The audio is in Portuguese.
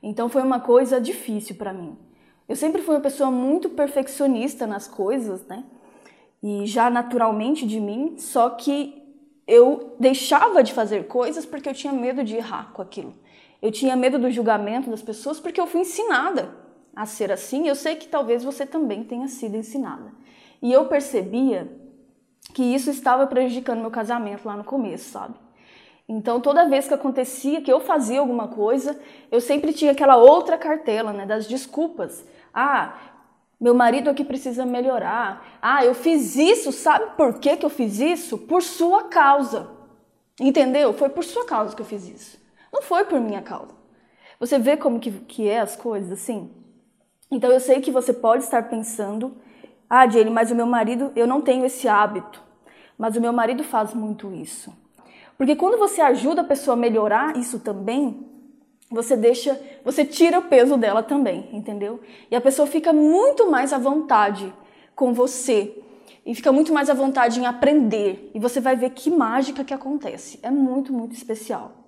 Então foi uma coisa difícil para mim. Eu sempre fui uma pessoa muito perfeccionista nas coisas, né? E já naturalmente de mim, só que eu deixava de fazer coisas porque eu tinha medo de errar com aquilo. Eu tinha medo do julgamento das pessoas porque eu fui ensinada a ser assim. Eu sei que talvez você também tenha sido ensinada. E eu percebia que isso estava prejudicando meu casamento lá no começo, sabe? Então, toda vez que acontecia, que eu fazia alguma coisa, eu sempre tinha aquela outra cartela, né, das desculpas. Ah, meu marido aqui precisa melhorar. Ah, eu fiz isso, sabe por que eu fiz isso? Por sua causa. Entendeu? Foi por sua causa que eu fiz isso. Não foi por minha causa. Você vê como que é as coisas assim? Então, eu sei que você pode estar pensando, ah, Jane, mas o meu marido, eu não tenho esse hábito. Mas o meu marido faz muito isso. Porque quando você ajuda a pessoa a melhorar isso também, você tira o peso dela também, entendeu? E a pessoa fica muito mais à vontade com você. E fica muito mais à vontade em aprender. E você vai ver que mágica que acontece. É muito, muito especial.